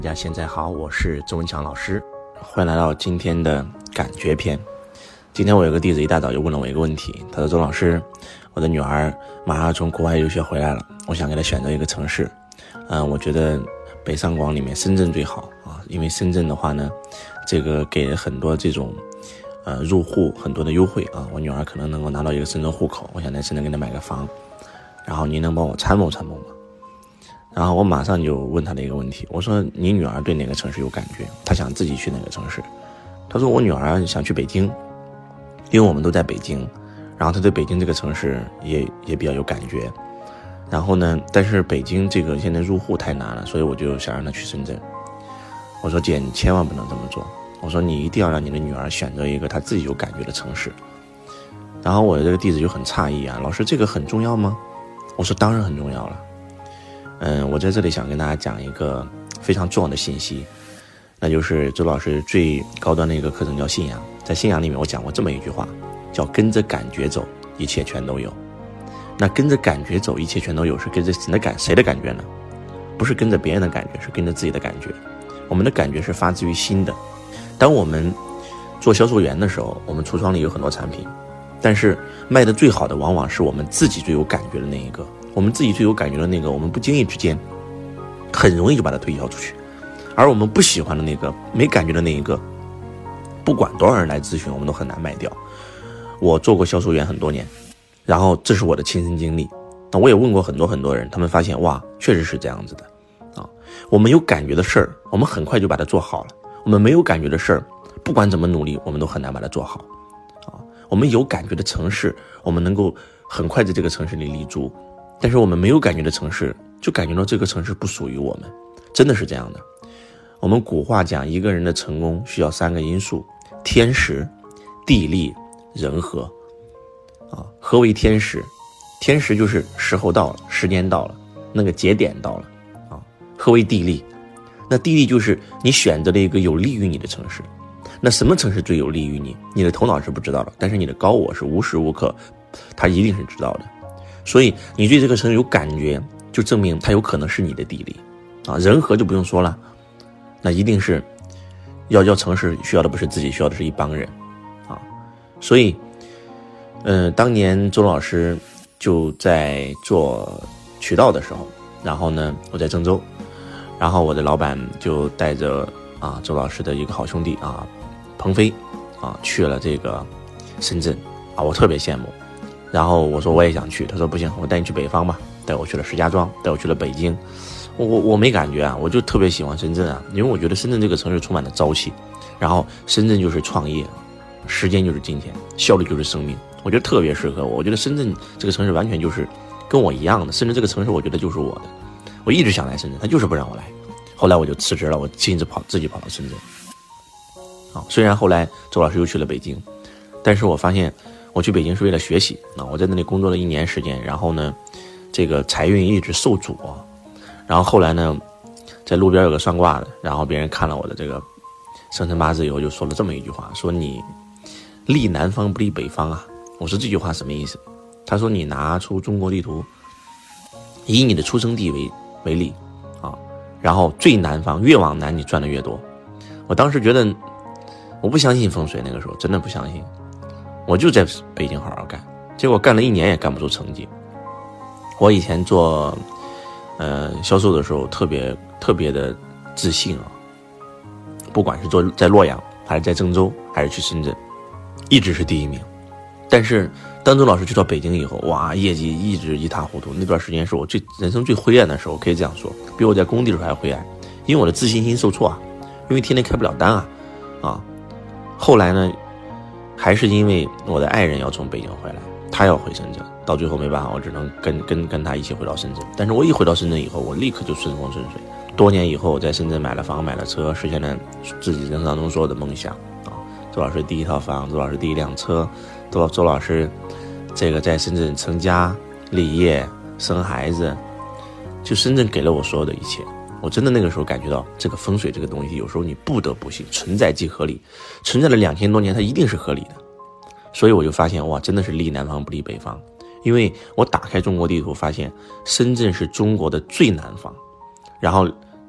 大家现在好，我是周文强老师，欢迎来到今天的感觉篇。今天我有个弟子一大早就问了我一个问题，他说：周老师，我的女儿马上从国外留学回来了，我想给她选择一个城市。我觉得北上广里面深圳最好啊，因为深圳的话呢，这个给很多这种入户很多的优惠啊，我女儿可能能够拿到一个深圳户口，我想在深圳给她买个房，然后您能帮我参谋参谋吗？然后我马上就问他的一个问题，我说你女儿对哪个城市有感觉？她想自己去哪个城市？他说我女儿想去北京，因为我们都在北京，然后她对北京这个城市也比较有感觉。然后呢，但是北京这个现在入户太难了，所以我就想让她去深圳。我说姐，你千万不能这么做。我说你一定要让你的女儿选择一个她自己有感觉的城市。然后我的这个弟子就很诧异啊，老师这个很重要吗？我说当然很重要了。我在这里想跟大家讲一个非常重要的信息，那就是周老师最高端的一个课程叫信仰。在信仰里面我讲过这么一句话，叫跟着感觉走，一切全都有。那跟着感觉走，一切全都有，是跟着谁的感觉呢？不是跟着别人的感觉，是跟着自己的感觉。我们的感觉是发自于心的。当我们做销售员的时候，我们橱窗里有很多产品，但是卖的最好的往往是我们自己最有感觉的那一个。我们自己最有感觉的那个，我们不经意之间很容易就把它推销出去，而我们不喜欢的那个没感觉的那一个，不管多少人来咨询，我们都很难卖掉。我做过销售员很多年，然后这是我的亲身经历。那我也问过很多人，他们发现哇，确实是这样子的啊。我们有感觉的事儿，我们很快就把它做好了；我们没有感觉的事儿，不管怎么努力，我们都很难把它做好啊。我们有感觉的城市，我们能够很快在这个城市里立足。但是我们没有感觉的城市，就感觉到这个城市不属于我们，真的是这样的。我们古话讲，一个人的成功需要3个因素：天时、地利、人和。何为天时？天时就是时候到了，时间到了，那个节点到了啊。何为地利？那地利就是你选择了一个有利于你的城市。那什么城市最有利于你？你的头脑是不知道的，但是你的高我是无时无刻，他一定是知道的。所以你对这个城市有感觉，就证明它有可能是你的地利啊。人和就不用说了，那一定是要城市需要的不是自己，需要的是一帮人啊。所以当年周老师就在做渠道的时候，然后呢我在郑州，然后我的老板就带着周老师的一个好兄弟鹏飞去了这个深圳我特别羡慕。然后我说我也想去，他说不行，我带你去北方吧，带我去了石家庄，带我去了北京。我没感觉我就特别喜欢深圳因为我觉得深圳这个城市充满了朝气，然后深圳就是创业，时间就是金钱，效率就是生命，我觉得特别适合我。我觉得深圳这个城市完全就是跟我一样的，甚至这个城市我觉得就是我的。我一直想来深圳，他就是不让我来。后来我就辞职了，我自己跑到深圳。虽然后来周老师又去了北京，但是我发现我去北京是为了学习我在那里工作了1年时间，然后呢这个财运一直受阻然后后来呢在路边有个算卦的，然后别人看了我的这个生辰八字以后就说了这么一句话，说你立南方不立北方我说这句话什么意思？他说你拿出中国地图，以你的出生地为例然后最南方越往南你赚的越多。我当时觉得我不相信风水，那个时候真的不相信，我就在北京好好干，结果干了1年也干不出成绩。我以前做销售的时候特别的自信不管是在洛阳还是在郑州还是去深圳，一直是第1名。但是当周老师去到北京以后，哇，业绩一直一塌糊涂。那段时间是我人生最灰暗的时候，可以这样说，比我在工地的时候还灰暗，因为我的自信心受挫因为天天开不了单后来呢还是因为我的爱人要从北京回来，他要回深圳，到最后没办法，我只能跟他一起回到深圳。但是我一回到深圳以后，我立刻就顺风顺水。多年以后，在深圳买了房买了车，实现了自己人生当中所有的梦想周老师第1套房，周老师第1辆车，周老师这个在深圳成家立业生孩子，就深圳给了我所有的一切。我真的那个时候感觉到这个风水这个东西有时候你不得不信，存在即合理，存在了2000多年它一定是合理的。所以我就发现哇，真的是立南方不立北方。因为我打开中国地图发现深圳是中国的最南方，然后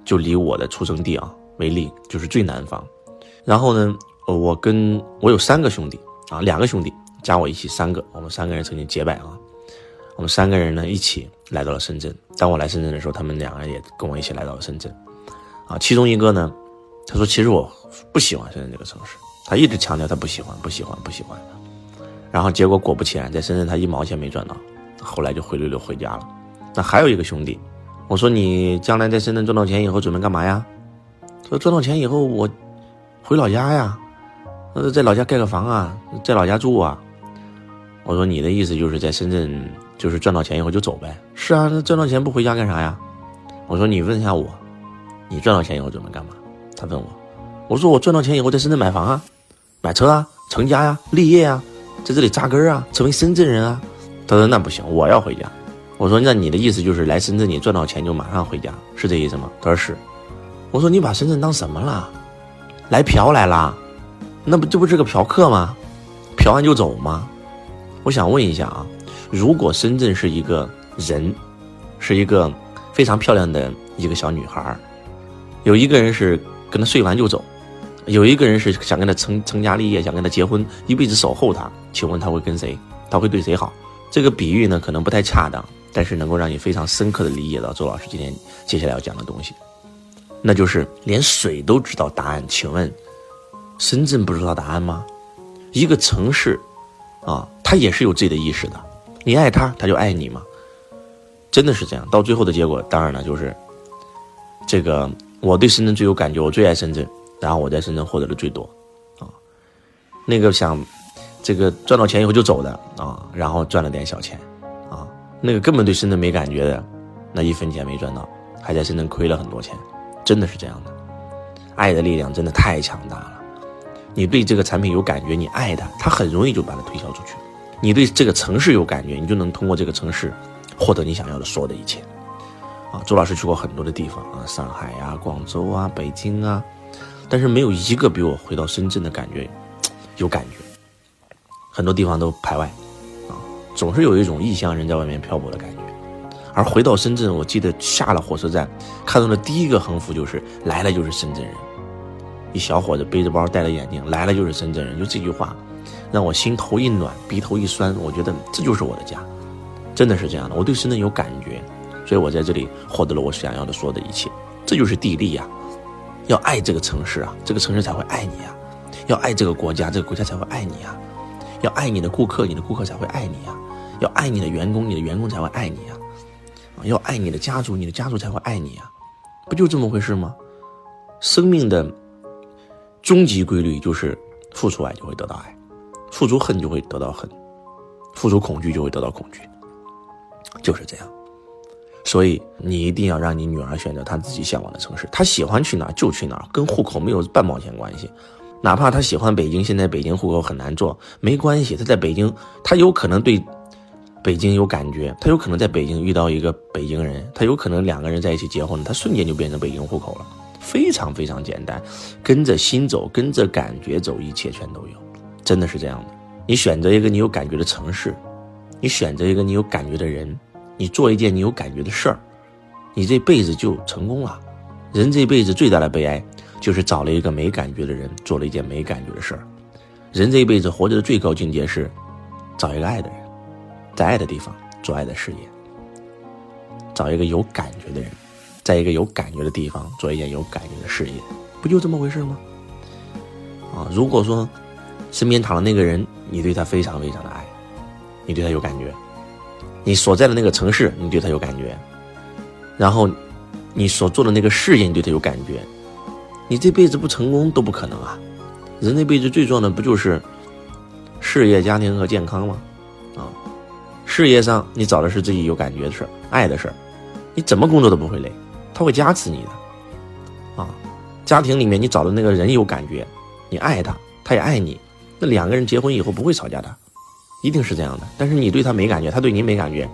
就离我的出生地为例，就是最南方。然后呢，我有3个兄弟2个兄弟加我一起3个，我们3个人曾经结拜我们3个人呢一起来到了深圳。当我来深圳的时候，他们2个人也跟我一起来到了深圳其中一个呢，他说其实我不喜欢深圳这个城市，他一直强调他不喜欢。然后结果果不其然，在深圳他1毛钱没赚到，后来就灰溜溜回家了。那还有一个兄弟，我说你将来在深圳赚到钱以后准备干嘛呀？他说赚到钱以后我回老家呀，在老家盖个房在老家住我说你的意思就是在深圳就是赚到钱以后就走呗？是啊，那赚到钱不回家干啥呀？我说你问一下我，你赚到钱以后准备干嘛？他问我说我赚到钱以后在深圳买房买车成家立业在这里扎根成为深圳人他说那不行，我要回家。我说那你的意思就是来深圳你赚到钱就马上回家，是这意思吗？他说是。我说你把深圳当什么了？来嫖来了？那这不是个嫖客吗？嫖完就走吗？我想问一下如果深圳是一个人，是一个非常漂亮的一个小女孩，有一个人是跟她睡完就走，有一个人是想跟她成家立业，想跟她结婚，一辈子守候她，请问他会跟谁？他会对谁好？这个比喻呢可能不太恰当，但是能够让你非常深刻的理解到周老师今天接下来要讲的东西，那就是连水都知道答案。请问深圳不知道答案吗？一个城市它也是有自己的意识的，你爱它它就爱你嘛，真的是这样。到最后的结果当然了，就是这个我对深圳最有感觉，我最爱深圳，然后我在深圳获得的最多那个想这个赚到钱以后就走的然后赚了点小钱那个根本对深圳没感觉的，那1分钱没赚到，还在深圳亏了很多钱，真的是这样的。爱的力量真的太强大了，你对这个产品有感觉，你爱它，它很容易就把它推销出去。你对这个城市有感觉，你就能通过这个城市获得你想要的所有的一切周老师去过很多的地方上海广州北京但是没有一个比我回到深圳的感觉有感觉，很多地方都排外总是有一种异乡人在外面漂泊的感觉。而回到深圳，我记得下了火车站看到的第一个横幅就是来了就是深圳人，一小伙子背着包戴了眼镜，来了就是深圳人，就这句话让我心头一暖鼻头一酸，我觉得这就是我的家，真的是这样的。我对深圳有感觉，所以我在这里获得了我想要的所有的一切，这就是地利要爱这个城市这个城市才会爱你要爱这个国家，这个国家才会爱你要爱你的顾客，你的顾客才会爱你要爱你的员工，你的员工才会爱你要爱你的家族，你的家族才会爱你不就这么回事吗？生命的终极规律就是付出爱就会得到爱，付出恨就会得到恨，付出恐惧就会得到恐惧，就是这样。所以你一定要让你女儿选择她自己向往的城市，她喜欢去哪儿就去哪儿，跟户口没有半毛钱关系。哪怕她喜欢北京，现在北京户口很难做，没关系，她在北京，她有可能对北京有感觉，她有可能在北京遇到一个北京人，她有可能2个人在一起结婚，她瞬间就变成北京户口了，非常非常简单，跟着心走，跟着感觉走，一切全都有，真的是这样的。你选择一个你有感觉的城市，你选择一个你有感觉的人，你做一件你有感觉的事儿，你这辈子就成功了。人这辈子最大的悲哀就是找了一个没感觉的人，做了一件没感觉的事儿。人这一辈子活着的最高境界是找一个爱的人，在爱的地方做爱的事业，找一个有感觉的人，在一个有感觉的地方做一件有感觉的事业，不就这么回事吗？如果说身边躺的那个人你对他非常非常的爱，你对他有感觉，你所在的那个城市你对他有感觉，然后你所做的那个事业你对他有感觉，你这辈子不成功都不可能人这辈子最重要的不就是事业、家庭和健康吗？事业上你找的是自己有感觉的事儿，爱的事儿，你怎么工作都不会累，他会加持你的家庭里面你找的那个人有感觉，你爱他，他也爱你，那2个人结婚以后不会吵架的，一定是这样的。但是你对他没感觉，他对你没感觉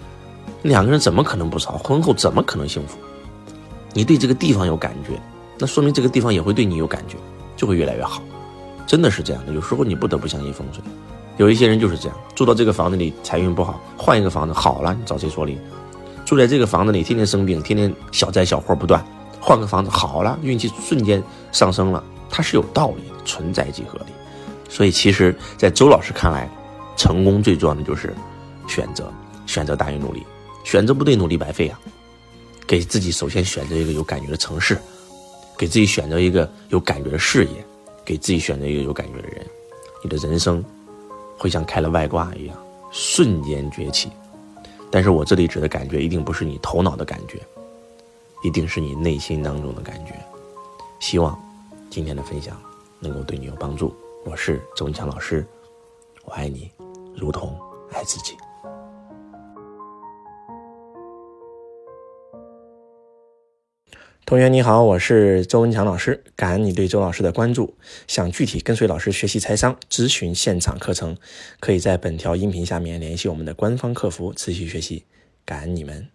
，2个人怎么可能不吵？婚后怎么可能幸福？你对这个地方有感觉，那说明这个地方也会对你有感觉，就会越来越好，真的是这样的。有时候你不得不相信风水，有一些人就是这样，住到这个房子里财运不好，换一个房子好了，你找谁说理？住在这个房子里天天生病，天天小灾小祸不断， 换个房子好了，运气瞬间上升了，它是有道理的，存在即合理。所以其实在周老师看来，成功最重要的就是选择，选择大于努力，选择不对，努力白费啊。给自己首先选择一个有感觉的城市，给自己选择一个有感觉的事业，给自己选择一个有感觉的人，你的人生会像开了外挂一样瞬间崛起。但是我这里指的感觉一定不是你头脑的感觉，一定是你内心当中的感觉。希望今天的分享能够对你有帮助。我是周文强老师，我爱你如同爱自己。同学你好，我是周文强老师，感恩你对周老师的关注。想具体跟随老师学习财商，咨询现场课程，可以在本条音频下面联系我们的官方客服咨询学习。感恩你们。